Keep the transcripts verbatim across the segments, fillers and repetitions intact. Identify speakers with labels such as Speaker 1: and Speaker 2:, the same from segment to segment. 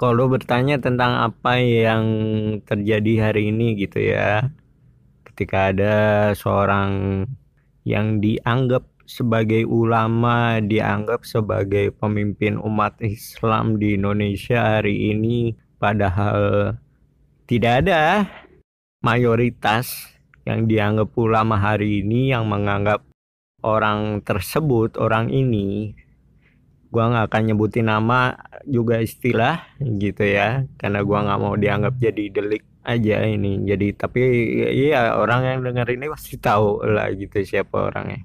Speaker 1: Kalau bertanya tentang apa yang terjadi hari ini gitu ya, ketika ada seorang yang dianggap sebagai ulama, dianggap sebagai pemimpin umat Islam di Indonesia hari ini, padahal tidak ada mayoritas yang dianggap ulama hari ini yang menganggap orang tersebut, orang ini, gua nggak akan nyebutin nama juga istilah gitu ya, karena gua nggak mau dianggap jadi delik aja ini. Jadi tapi iya, orang yang dengar ini pasti tahu lah gitu siapa orangnya.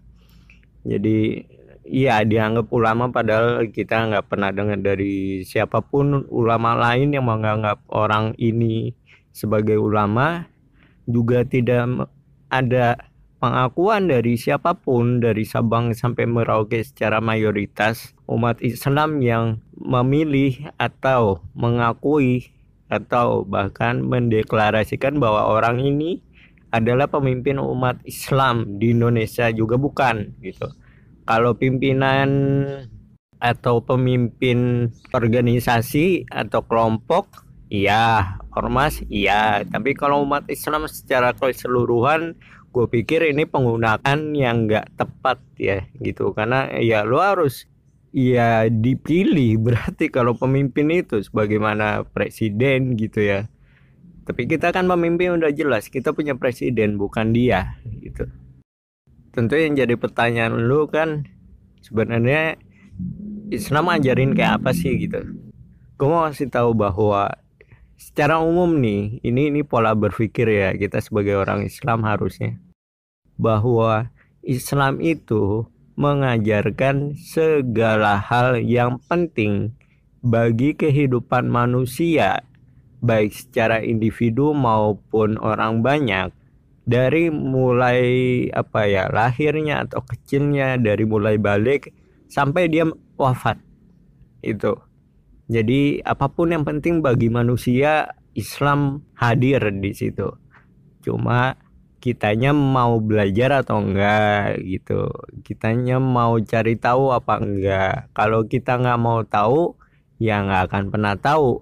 Speaker 1: Jadi iya, dianggap ulama padahal kita nggak pernah dengar dari siapapun ulama lain yang menganggap orang ini sebagai ulama. Juga tidak ada pengakuan dari siapapun, dari Sabang sampai Merauke secara mayoritas umat Islam yang memilih atau mengakui atau bahkan mendeklarasikan bahwa orang ini adalah pemimpin umat Islam di Indonesia juga bukan gitu. Kalau pimpinan atau pemimpin organisasi atau kelompok, iya, ormas, iya. Tapi kalau umat Islam secara keseluruhan, gue pikir ini penggunaan yang nggak tepat ya gitu. Karena ya lo harus ya dipilih, berarti kalau pemimpin itu sebagaimana presiden gitu ya. Tapi kita kan pemimpin udah jelas, kita punya presiden bukan dia gitu. Tentu yang jadi pertanyaan lu kan sebenarnya Islam ajarin kayak apa sih gitu. Gue mau kasih tahu bahwa secara umum nih, ini ini pola berpikir ya kita sebagai orang Islam harusnya, bahwa Islam itu mengajarkan segala hal yang penting bagi kehidupan manusia, baik secara individu maupun orang banyak, dari mulai apa ya lahirnya atau kecilnya, dari mulai balik sampai dia wafat itu. Jadi apapun yang penting bagi manusia, Islam hadir di situ. Cuma kitanya mau belajar atau enggak gitu. Kitanya mau cari tahu apa enggak. Kalau kita nggak mau tahu, ya nggak akan pernah tahu.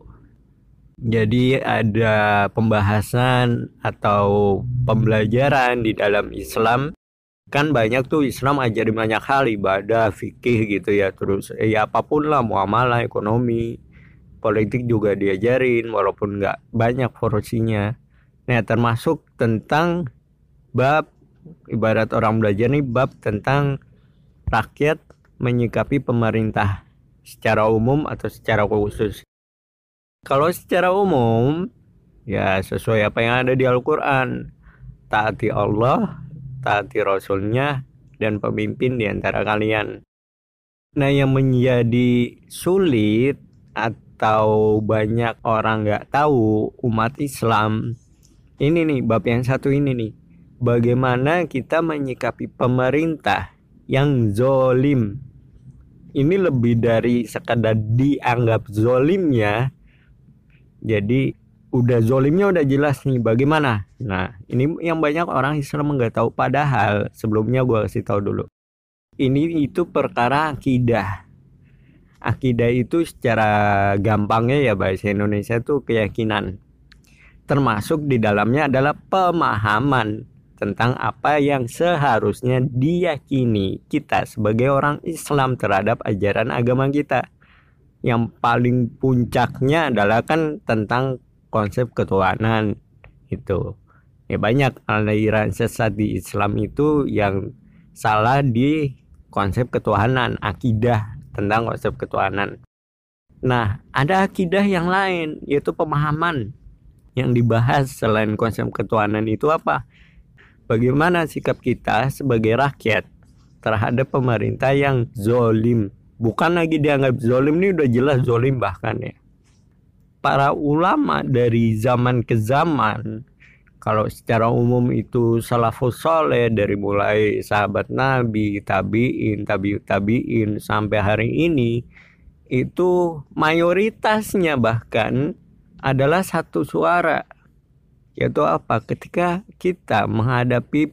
Speaker 1: Jadi ada pembahasan atau pembelajaran di dalam Islam. Kan banyak tuh Islam ajarin banyak hal, ibadah, fikih gitu ya. Terus ya apapun lah, muamalah, ekonomi, politik juga diajarin walaupun nggak banyak porsinya. Nah, termasuk tentang bab, ibarat orang belajar nih, bab tentang rakyat menyikapi pemerintah secara umum atau secara khusus. Kalau secara umum ya sesuai apa yang ada di Al-Quran, taati Allah, taati Rasulnya, dan pemimpin di antara kalian. Nah, yang menjadi sulit atau banyak orang nggak tahu umat Islam, ini nih bab yang satu ini nih, bagaimana kita menyikapi pemerintah yang zolim. Ini lebih dari sekadar dianggap zolimnya, jadi udah zolimnya udah jelas nih bagaimana. Nah, ini yang banyak orang Islam nggak tahu. Padahal sebelumnya gue kasih tahu dulu, ini itu perkara akidah. Akidah itu secara gampangnya ya bahasa Indonesia itu keyakinan. Termasuk di dalamnya adalah pemahaman tentang apa yang seharusnya diyakini kita sebagai orang Islam terhadap ajaran agama kita. Yang paling puncaknya adalah kan tentang konsep ketuhanan itu. Ya banyak aliran sesat di Islam itu yang salah di konsep ketuhanan, akidah tentang konsep ketuhanan. Nah, ada akidah yang lain, yaitu pemahaman yang dibahas selain konsep ketuhanan itu apa? Bagaimana sikap kita sebagai rakyat terhadap pemerintah yang zolim. Bukan lagi dianggap zolim, ini udah jelas zolim bahkan ya. Para ulama dari zaman ke zaman, kalau secara umum itu salafus soleh, dari mulai sahabat Nabi, tabiin, tabiut tabiin sampai hari ini, itu mayoritasnya bahkan adalah satu suara, yaitu apa? Ketika kita menghadapi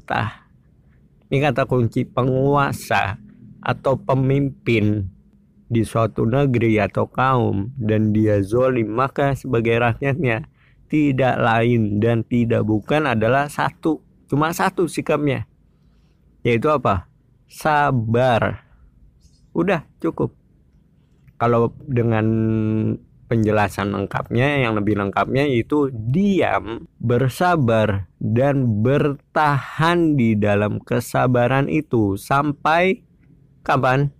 Speaker 1: pemerintah, ini kata kunci, penguasa atau pemimpin di suatu negeri atau kaum dan dia zolim, maka sebagai rakyatnya tidak lain dan tidak bukan adalah satu, cuma satu sikapnya, yaitu apa? Sabar. Udah cukup. Kalau dengan penjelasan lengkapnya, yang lebih lengkapnya itu diam, bersabar, dan bertahan di dalam kesabaran itu sampai kapan?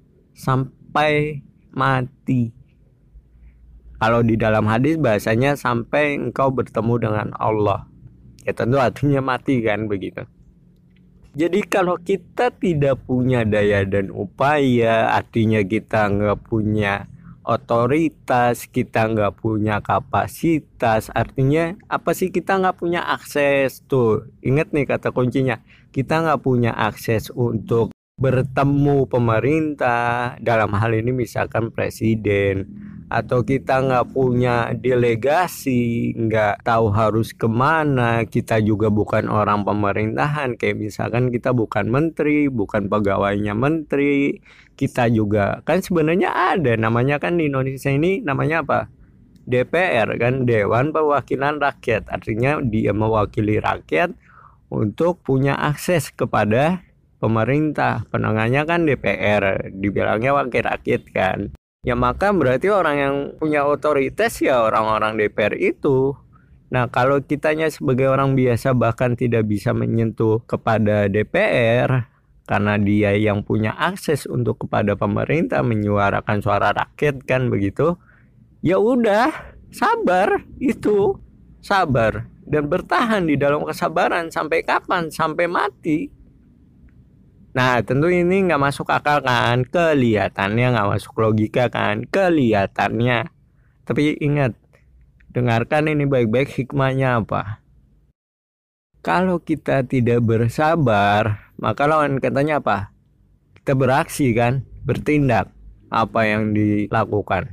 Speaker 1: Sampai mati. Kalau di dalam hadis bahasanya sampai engkau bertemu dengan Allah. Ya tentu artinya mati kan begitu. Jadi kalau kita tidak punya daya dan upaya, artinya kita nggak punya otoritas, kita nggak punya kapasitas, artinya apa sih? Kita nggak punya akses. Tuh, ingat nih kata kuncinya, kita nggak punya akses untuk bertemu pemerintah, dalam hal ini misalkan presiden, atau kita nggak punya delegasi, nggak tahu harus kemana, kita juga bukan orang pemerintahan, kayak misalkan kita bukan menteri, bukan pegawainya menteri, kita juga kan sebenarnya ada namanya kan di Indonesia ini namanya apa? D P R kan, Dewan Perwakilan Rakyat, artinya dia mewakili rakyat untuk punya akses kepada pemerintah. Penengahnya kan D P R, dibilangnya wakil rakyat kan. Ya maka berarti orang yang punya otoritas ya orang-orang D P R itu. Nah kalau kitanya sebagai orang biasa bahkan tidak bisa menyentuh kepada D P R karena dia yang punya akses untuk kepada pemerintah menyuarakan suara rakyat kan begitu. Ya udah, sabar itu. Sabar dan bertahan di dalam kesabaran sampai kapan? Sampai mati. Nah tentu ini nggak masuk akal kan, kelihatannya nggak masuk logika kan, kelihatannya. Tapi ingat, dengarkan ini baik-baik hikmahnya apa. Kalau kita tidak bersabar, maka lawan katanya apa? Kita beraksi kan, bertindak. Apa yang dilakukan?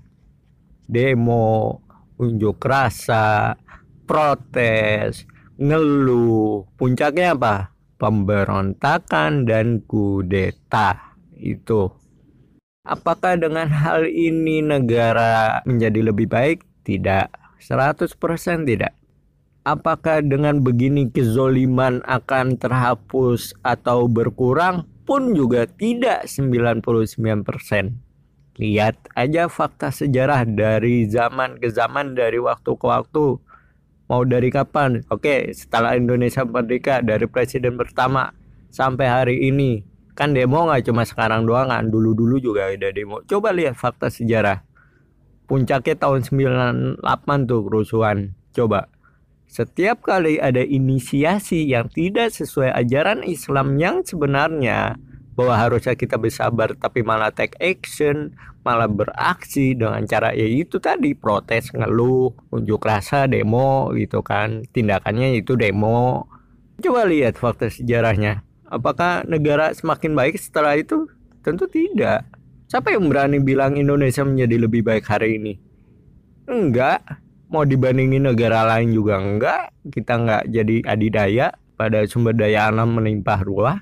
Speaker 1: Demo, unjuk rasa, protes, ngeluh. Puncaknya apa? Pemberontakan dan kudeta. Itu. Apakah dengan hal ini negara menjadi lebih baik? Tidak. seratus persen tidak. Apakah dengan begini kezoliman akan terhapus atau berkurang? Pun juga tidak sembilan puluh sembilan persen. Lihat aja fakta sejarah dari zaman ke zaman, dari waktu ke waktu. Mau dari kapan? Oke, setelah Indonesia merdeka, dari presiden pertama sampai hari ini. Kan demo gak cuma sekarang doang kan, dulu-dulu juga ada demo. Coba lihat fakta sejarah. Puncaknya tahun sembilan puluh delapan tuh kerusuhan. Coba. Setiap kali ada inisiasi yang tidak sesuai ajaran Islam yang sebenarnya, bahwa harusnya kita bersabar tapi malah take action, malah beraksi dengan cara ya itu tadi, protes, ngeluh, unjuk rasa, demo gitu kan. Tindakannya itu demo. Coba lihat fakta sejarahnya. Apakah negara semakin baik setelah itu? Tentu tidak. Siapa yang berani bilang Indonesia menjadi lebih baik hari ini? Enggak. Mau dibandingin negara lain juga enggak. Kita enggak jadi adidaya pada sumber daya alam melimpah ruah.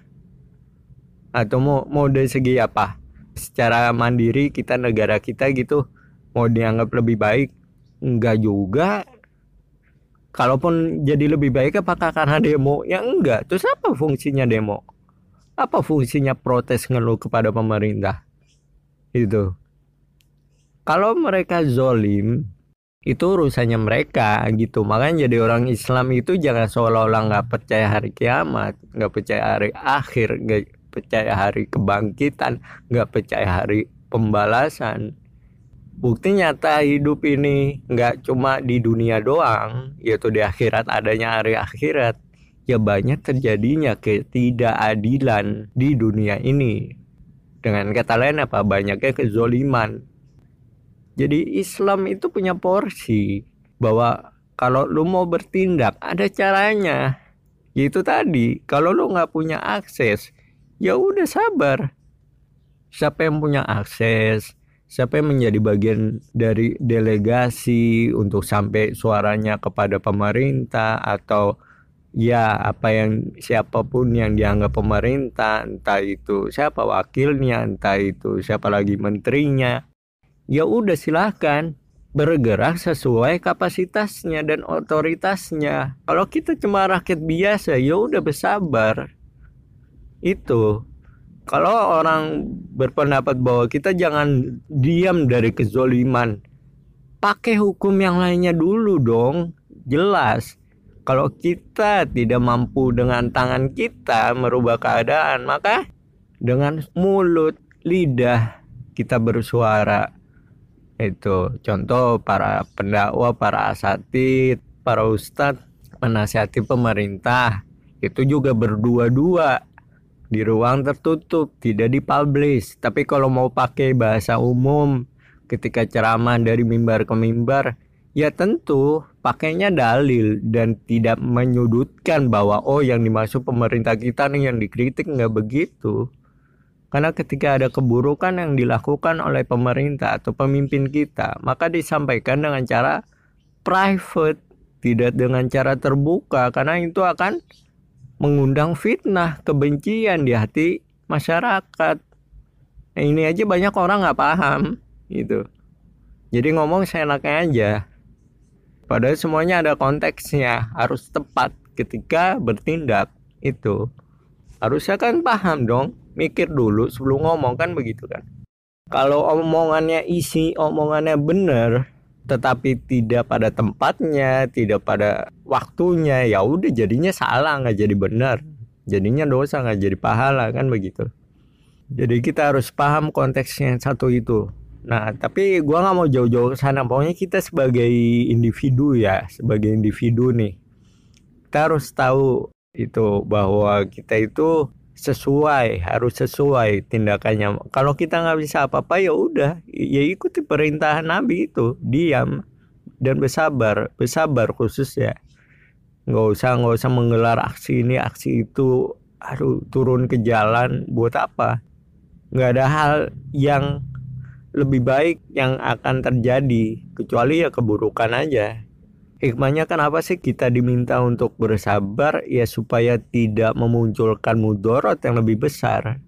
Speaker 1: Atau mau mau dari segi apa? Secara mandiri kita, negara kita gitu, mau dianggap lebih baik? Enggak juga. Kalaupun jadi lebih baik apakah karena demo? Ya enggak. Terus apa fungsinya demo? Apa fungsinya protes ngeluh kepada pemerintah? Itu. Kalau mereka zolim, itu urusannya mereka gitu. Makanya jadi orang Islam itu jangan seolah-olah nggak percaya hari kiamat, nggak percaya hari akhir, nggak percaya hari kebangkitan, nggak percaya hari pembalasan. Bukti nyata hidup ini nggak cuma di dunia doang, yaitu di akhirat, adanya hari akhirat. Ya banyak terjadinya ketidakadilan di dunia ini. Dengan kata lain apa? Banyaknya kezoliman. Jadi Islam itu punya porsi bahwa kalau lu mau bertindak ada caranya. Yaitu tadi, kalau lu nggak punya akses, ya udah sabar. Siapa yang punya akses, siapa yang menjadi bagian dari delegasi untuk sampai suaranya kepada pemerintah atau ya apa yang siapapun yang dianggap pemerintah, entah itu siapa wakilnya, entah itu siapa lagi menterinya, ya udah silahkan bergerak sesuai kapasitasnya dan otoritasnya. Kalau kita cuma rakyat biasa, ya udah bersabar. Itu kalau orang berpendapat bahwa kita jangan diam dari kezoliman, pakai hukum yang lainnya dulu dong. Jelas, kalau kita tidak mampu dengan tangan kita merubah keadaan, maka dengan mulut, lidah kita bersuara. Itu contoh para pendakwa, para asatid, para ustadz menasihati pemerintah. Itu juga berdua-dua di ruang tertutup, tidak dipublish. Tapi kalau mau pakai bahasa umum ketika ceramah dari mimbar ke mimbar, ya tentu pakainya dalil dan tidak menyudutkan bahwa oh yang dimaksud pemerintah kita nih yang dikritik, nggak begitu. Karena ketika ada keburukan yang dilakukan oleh pemerintah atau pemimpin kita, maka disampaikan dengan cara private, tidak dengan cara terbuka, karena itu akan mengundang fitnah, kebencian di hati masyarakat. Nah, ini aja banyak orang nggak paham gitu. Jadi ngomong seenaknya aja. Padahal semuanya ada konteksnya, harus tepat ketika bertindak. Itu harusnya kan paham dong, mikir dulu sebelum ngomong, kan begitu kan. Kalau omongannya isi, omongannya bener, tetapi tidak pada tempatnya, tidak pada waktunya, ya udah jadinya salah, nggak jadi benar, jadinya dosa, nggak jadi pahala, kan begitu. Jadi kita harus paham konteksnya satu itu. Nah, tapi gua nggak mau jauh-jauh ke sana. Pokoknya kita sebagai individu ya, sebagai individu nih, kita harus tahu itu bahwa kita itu sesuai, harus sesuai tindakannya. Kalau kita nggak bisa apa-apa, ya udah, ya ikuti perintah Nabi itu, diam dan bersabar, bersabar khusus ya. Nggak usah nggak usah menggelar aksi ini, aksi itu, aduh turun ke jalan buat apa? Nggak ada hal yang lebih baik yang akan terjadi kecuali ya keburukan aja. Hikmahnya kan apa sih kita diminta untuk bersabar? Ya supaya tidak memunculkan mudorot yang lebih besar.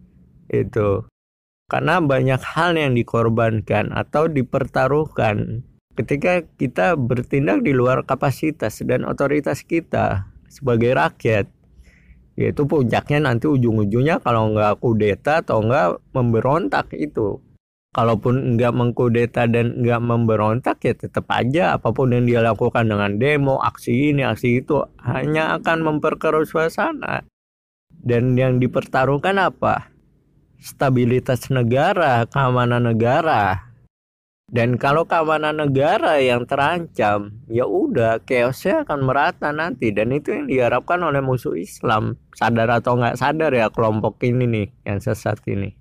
Speaker 1: Itu. Karena banyak hal yang dikorbankan atau dipertaruhkan ketika kita bertindak di luar kapasitas dan otoritas kita sebagai rakyat. Yaitu puncaknya nanti ujung-ujungnya kalau nggak kudeta atau nggak memberontak itu. Kalaupun nggak mengkudeta dan nggak memberontak, ya tetap aja apapun yang dia lakukan dengan demo, aksi ini, aksi itu, hanya akan memperkeruh suasana. Dan yang dipertaruhkan apa? Stabilitas negara, keamanan negara. Dan kalau keamanan negara yang terancam, ya udah chaosnya akan merata nanti. Dan itu yang diharapkan oleh musuh Islam. Sadar atau nggak sadar ya kelompok ini nih, yang sesat ini.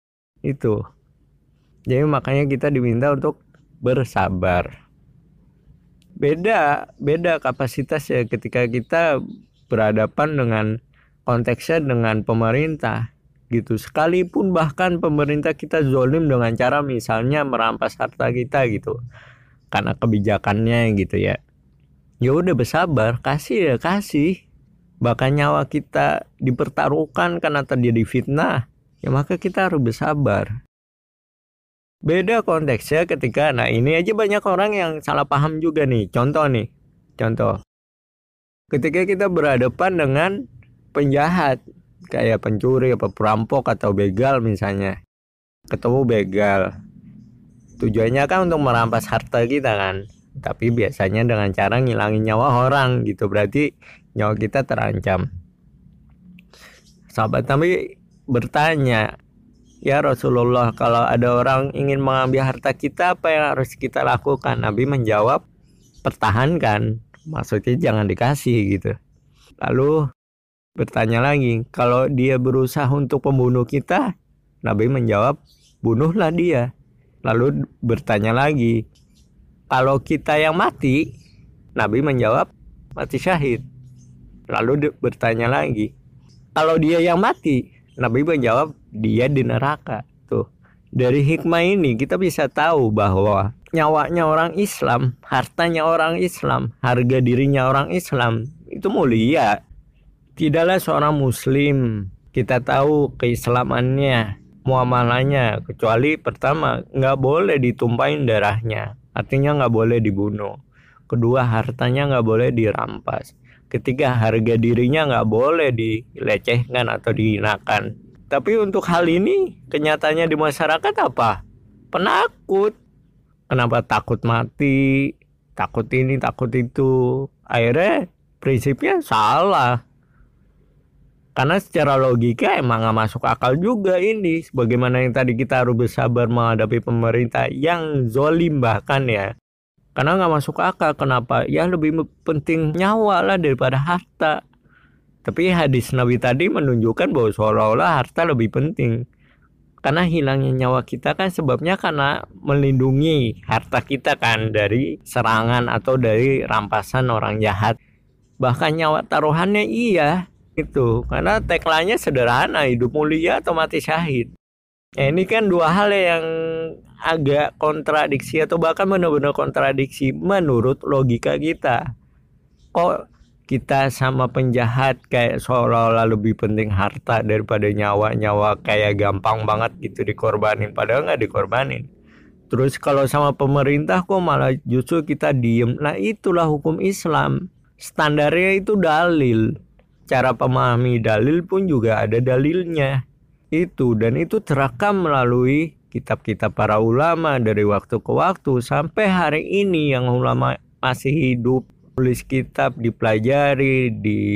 Speaker 1: Itu. Jadi makanya kita diminta untuk bersabar. Beda, beda kapasitas ya ketika kita berhadapan dengan konteksnya dengan pemerintah gitu. Sekalipun bahkan pemerintah kita zolim dengan cara misalnya merampas harta kita gitu, karena kebijakannya gitu ya. Ya udah bersabar, kasih ya kasih. Bahkan nyawa kita dipertaruhkan karena terjadi fitnah, ya maka kita harus bersabar. Beda konteksnya ketika, nah ini aja banyak orang yang salah paham juga nih. Contoh nih, contoh. Ketika kita berhadapan dengan penjahat, kayak pencuri, apa perampok atau begal misalnya. Ketemu begal. Tujuannya kan untuk merampas harta kita kan. Tapi biasanya dengan cara ngilangin nyawa orang gitu. Berarti nyawa kita terancam. Sahabat Nabi bertanya, ya Rasulullah, kalau ada orang ingin mengambil harta kita, apa yang harus kita lakukan? Nabi menjawab, pertahankan. Maksudnya jangan dikasih gitu. Lalu bertanya lagi, kalau dia berusaha untuk membunuh kita, Nabi menjawab, bunuhlah dia. Lalu bertanya lagi, kalau kita yang mati, Nabi menjawab, mati syahid. Lalu bertanya lagi, kalau dia yang mati, Nabi menjawab, dia di neraka. Tuh. Dari hikmah ini kita bisa tahu bahwa nyawanya orang Islam, hartanya orang Islam, harga dirinya orang Islam itu mulia. Tidaklah seorang muslim kita tahu keislamannya, muamalahnya, kecuali pertama nggak boleh ditumpahin darahnya, artinya nggak boleh dibunuh. Kedua, hartanya nggak boleh dirampas. Ketiga, harga dirinya nggak boleh dilecehkan atau dihinakan. Tapi untuk hal ini kenyataannya di masyarakat apa? Penakut. Kenapa takut mati, takut ini, takut itu. Akhirnya prinsipnya salah. Karena secara logika emang gak masuk akal juga ini. Sebagaimana yang tadi kita harus bersabar menghadapi pemerintah yang zolim bahkan ya. Karena gak masuk akal. Kenapa? Ya lebih penting nyawa lah daripada harta. Tapi hadis Nabi tadi menunjukkan bahwa seolah-olah harta lebih penting. Karena hilangnya nyawa kita kan sebabnya karena melindungi harta kita kan dari serangan atau dari rampasan orang jahat. Bahkan nyawa taruhannya iya. Itu karena tagline-nya sederhana, hidup mulia atau mati syahid. Ya, ini kan dua hal yang agak kontradiksi atau bahkan benar-benar kontradiksi menurut logika kita. Kok kita sama penjahat kayak seolah-olah lebih penting harta daripada nyawa-nyawa, kayak gampang banget gitu dikorbanin, padahal nggak dikorbanin. Terus kalau sama pemerintah kok malah justru kita diem. Nah itulah hukum Islam, standarnya itu dalil. Cara pemahami dalil pun juga ada dalilnya. Itu dan itu terekam melalui kitab-kitab para ulama dari waktu ke waktu sampai hari ini yang ulama masih hidup. Tulis kitab dipelajari,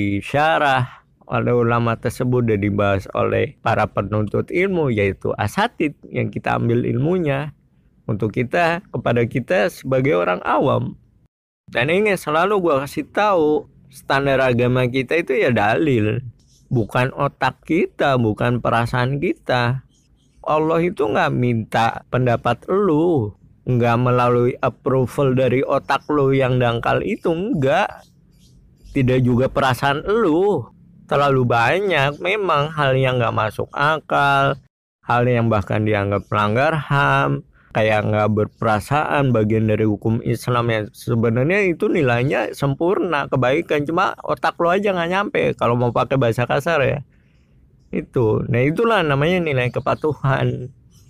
Speaker 1: disyarah oleh ulama tersebut dan dibahas oleh para penuntut ilmu, yaitu asatid yang kita ambil ilmunya untuk kita, kepada kita sebagai orang awam. Dan ini selalu gue kasih tahu, standar agama kita itu ya dalil, bukan otak kita, bukan perasaan kita. Allah itu nggak minta pendapat lu, nggak melalui approval dari otak lu yang dangkal itu, nggak. Tidak juga perasaan lu. Terlalu banyak memang hal yang nggak masuk akal, hal yang bahkan dianggap melanggar H A M, kayak nggak berperasaan, bagian dari hukum Islam yang sebenarnya itu nilainya sempurna, kebaikan, cuma otak lo aja nggak nyampe kalau mau pakai bahasa kasar ya. Itu, nah itulah namanya nilai kepatuhan,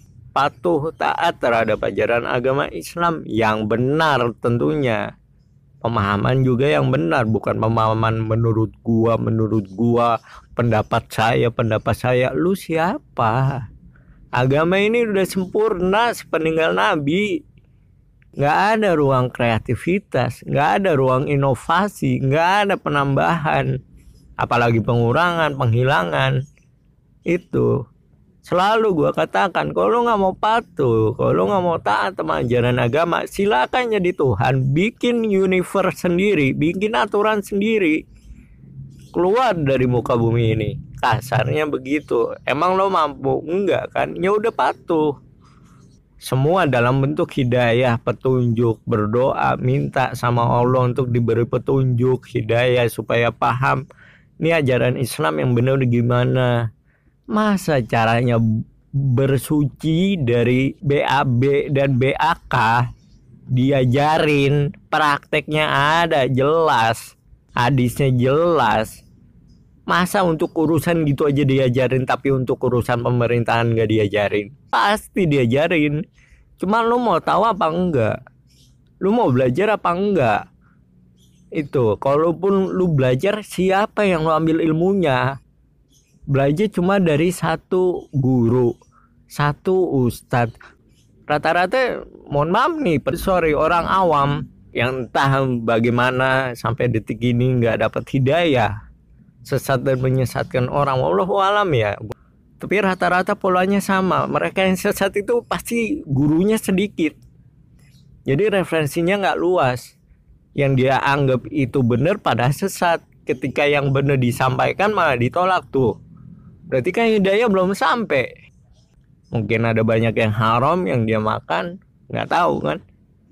Speaker 1: patuh taat terhadap ajaran agama Islam yang benar tentunya, pemahaman juga yang benar, bukan pemahaman menurut gua, menurut gua, pendapat saya, pendapat saya. Lu siapa? Agama ini udah sempurna sepeninggal Nabi. Gak ada ruang kreativitas, gak ada ruang inovasi, gak ada penambahan, apalagi pengurangan, penghilangan. Itu selalu gue katakan, kalau lo gak mau patuh, kalau lo gak mau taat sama ajaran agama, silakan jadi Tuhan, bikin universe sendiri, bikin aturan sendiri, keluar dari muka bumi ini. Kasarnya begitu. Emang lo mampu? Enggak kan? Ya udah patuh. Semua dalam bentuk hidayah, petunjuk, berdoa, minta sama Allah untuk diberi petunjuk, hidayah supaya paham ini ajaran Islam yang benar gimana. Masa caranya bersuci dari B A B dan B A K diajarin, prakteknya ada jelas, hadisnya jelas. Masa untuk urusan gitu aja diajarin, tapi untuk urusan pemerintahan gak diajarin? Pasti diajarin. Cuma lu mau tahu apa enggak? Lu mau belajar apa enggak? Itu, kalaupun lu belajar, siapa yang lu ambil ilmunya? Belajar cuma dari satu guru, satu ustadz. Rata-rata, mohon maaf nih, sorry, orang awam yang entah bagaimana sampai detik ini gak dapat hidayah, sesat dan menyesatkan orang, wallahu alam ya. Tapi rata-rata polanya sama. Mereka yang sesat itu pasti gurunya sedikit, jadi referensinya nggak luas. Yang dia anggap itu benar pada sesat. Ketika yang benar disampaikan malah ditolak tuh. Berarti kan hidayah belum sampai. Mungkin ada banyak yang haram yang dia makan, nggak tahu kan.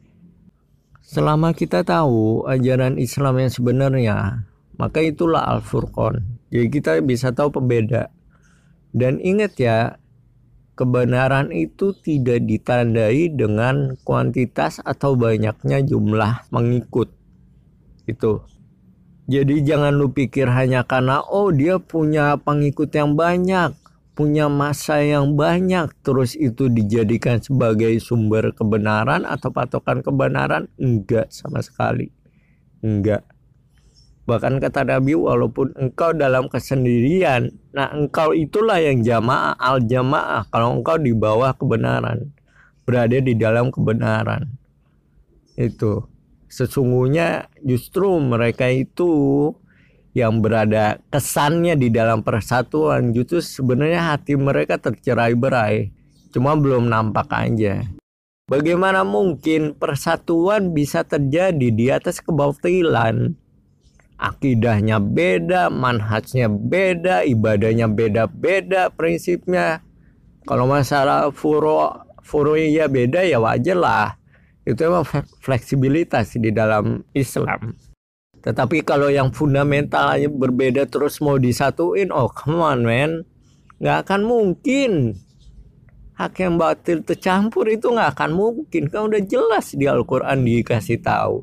Speaker 1: Selama kita tahu ajaran Islam yang sebenarnya, maka itulah Al-Furqan. Jadi kita bisa tahu pembeda. Dan ingat ya, kebenaran itu tidak ditandai dengan kuantitas atau banyaknya jumlah mengikut. Itu. Jadi jangan lu pikir hanya karena oh dia punya pengikut yang banyak, punya massa yang banyak, terus itu dijadikan sebagai sumber kebenaran atau patokan kebenaran. Enggak sama sekali. Enggak. Bahkan kata Nabi, walaupun engkau dalam kesendirian, nah engkau itulah yang jamaah, al-jamaah. Kalau engkau di bawah kebenaran, berada di dalam kebenaran. Itu. Sesungguhnya justru mereka itu yang berada kesannya di dalam persatuan, justru sebenarnya hati mereka tercerai-berai, cuma belum nampak aja. Bagaimana mungkin persatuan bisa terjadi di atas kebatilan? Akidahnya beda, manhajnya beda, ibadahnya beda-beda, prinsipnya. Kalau masalah furo furu'iyah beda ya wajar lah. Itu emang fleksibilitas di dalam Islam. Tetapi kalau yang fundamentalnya berbeda terus mau disatuin, oh come on man, nggak akan mungkin. Hak yang batil tercampur itu nggak akan mungkin. Kan udah jelas di Al-Quran dikasih tahu.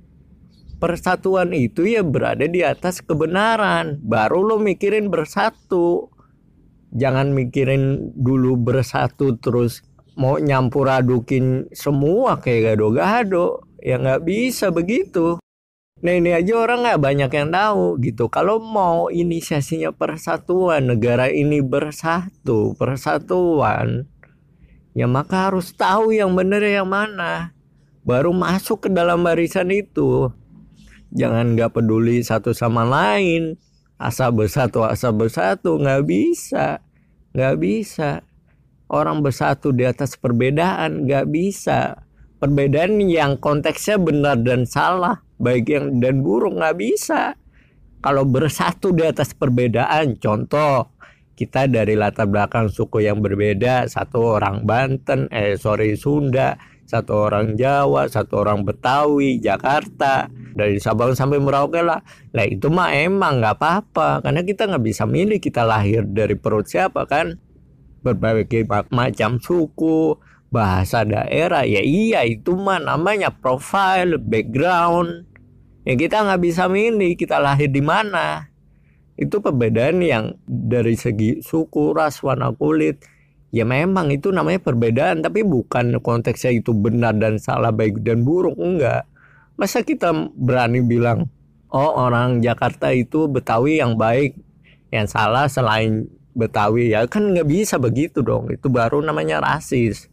Speaker 1: Persatuan itu ya berada di atas kebenaran. Baru lo mikirin bersatu. Jangan mikirin dulu bersatu terus mau nyampur adukin semua kayak gado-gado. Ya nggak bisa begitu. Nah ini aja orang nggak banyak yang tahu gitu. Kalau mau inisiasinya persatuan, negara ini bersatu, persatuan, ya maka harus tahu yang benar yang mana. Baru masuk ke dalam barisan itu. Jangan nggak peduli satu sama lain. Asal bersatu, asal bersatu, nggak bisa, nggak bisa. Orang bersatu di atas perbedaan gak bisa. Perbedaan yang konteksnya benar dan salah, baik yang dan buruk gak bisa. Kalau bersatu di atas perbedaan, contoh kita dari latar belakang suku yang berbeda, satu orang Banten, eh sorry Sunda, satu orang Jawa, satu orang Betawi, Jakarta, dari Sabang sampai Merauke lah. Lah itu mah emang gak apa-apa, karena kita gak bisa milih kita lahir dari perut siapa kan. Berbagai macam suku, bahasa daerah, ya iya itu mah namanya profile, background. Ya kita nggak bisa milih kita lahir di mana. Itu perbedaan yang dari segi suku, ras, warna kulit. Ya memang itu namanya perbedaan, tapi bukan konteksnya itu benar dan salah, baik dan buruk, enggak. Masa kita berani bilang, oh orang Jakarta itu Betawi yang baik, yang salah selain Betawi, ya kan nggak bisa begitu dong. Itu baru namanya rasis.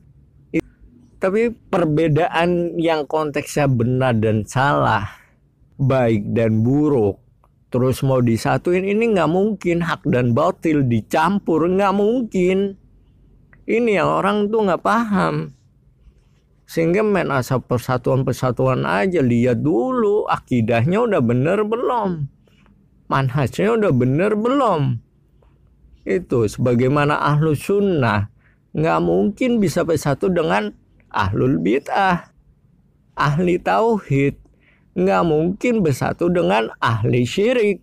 Speaker 1: Tapi perbedaan yang konteksnya benar dan salah, baik dan buruk, terus mau disatuin, ini nggak mungkin. Hak dan batil dicampur, nggak mungkin. Ini yang orang tuh nggak paham. Sehingga main asal persatuan-persatuan aja. Lihat dulu akidahnya udah bener belum, manhajnya udah bener belum. Itu sebagaimana ahlu sunnah nggak mungkin bisa bersatu dengan ahlul bid'ah. Ahli tauhid nggak mungkin bersatu dengan ahli syirik.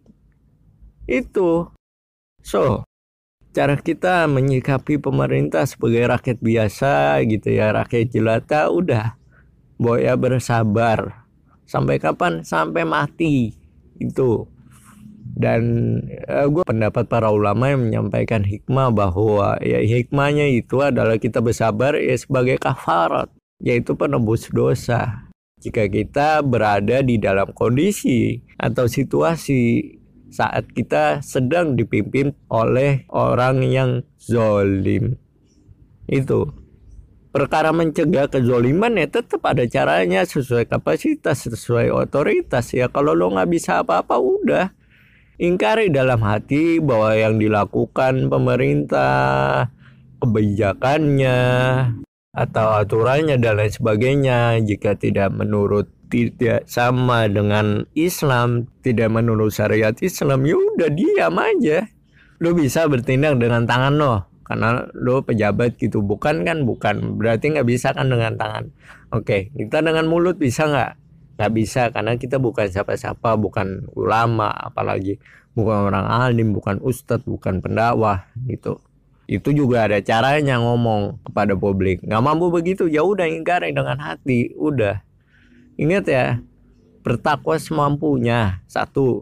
Speaker 1: Itu. So, cara kita menyikapi pemerintah sebagai rakyat biasa gitu ya, rakyat jelata, udah boya bersabar. Sampai kapan? Sampai mati. Itu. Dan eh, gue pendapat para ulama yang menyampaikan hikmah bahwa ya hikmahnya itu adalah kita bersabar ya sebagai kafarat, yaitu penebus dosa. Jika kita berada di dalam kondisi atau situasi saat kita sedang dipimpin oleh orang yang zolim, itu perkara mencegah kezoliman ya tetap ada caranya sesuai kapasitas, sesuai otoritas. Ya kalau lo nggak bisa apa-apa udah ingkari dalam hati bahwa yang dilakukan pemerintah, kebijakannya, atau aturannya dan lain sebagainya, jika tidak menurut, tidak sama dengan Islam, tidak menurut syariat Islam, ya udah diam aja. Lo bisa bertindak dengan tangan lo, karena lo pejabat gitu, bukan kan? Bukan, berarti nggak bisa kan dengan tangan. Oke, kita dengan mulut bisa nggak? Nggak bisa, karena kita bukan siapa-siapa, bukan ulama, apalagi bukan orang alim, bukan ustadz, bukan pendakwah gitu. Itu juga ada caranya ngomong kepada publik. Nggak mampu begitu, ya udah ingkari dengan hati, udah. Ingat ya, bertakwa semampunya, satu.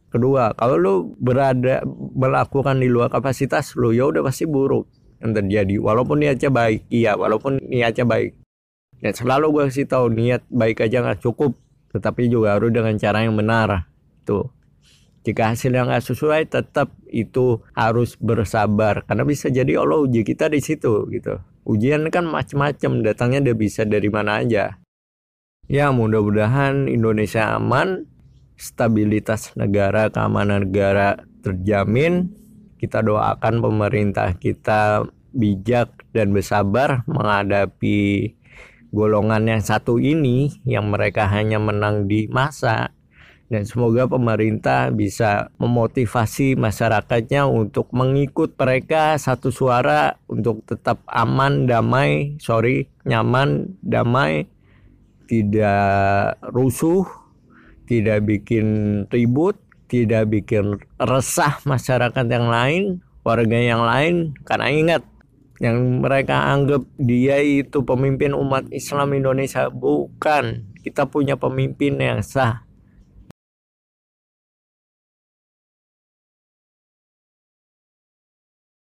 Speaker 1: Kedua, kalau lu berada melakukan di luar kapasitas lu, ya udah pasti buruk yang terjadi. Walaupun niatnya baik, iya, walaupun niatnya baik. Dan selalu gue kasih tahu, niat baik aja nggak cukup, tetapi juga harus dengan cara yang benar. Tuh. Jika hasilnya nggak sesuai, tetap itu harus bersabar, karena bisa jadi Allah uji kita di situ gitu. Ujian kan macam-macam, datangnya dia bisa dari mana aja. Ya, mudah-mudahan Indonesia aman, stabilitas negara, keamanan negara terjamin. Kita doakan pemerintah kita bijak dan bersabar menghadapi golongan yang satu ini yang mereka hanya menang di massa. Dan semoga pemerintah bisa memotivasi masyarakatnya untuk mengikut mereka satu suara untuk tetap aman, damai, sorry, nyaman, damai, tidak rusuh, tidak bikin ribut, tidak bikin resah masyarakat yang lain, warga yang lain. Karena ingat, yang mereka anggap dia itu pemimpin umat Islam Indonesia, bukan. Kita punya pemimpin yang sah,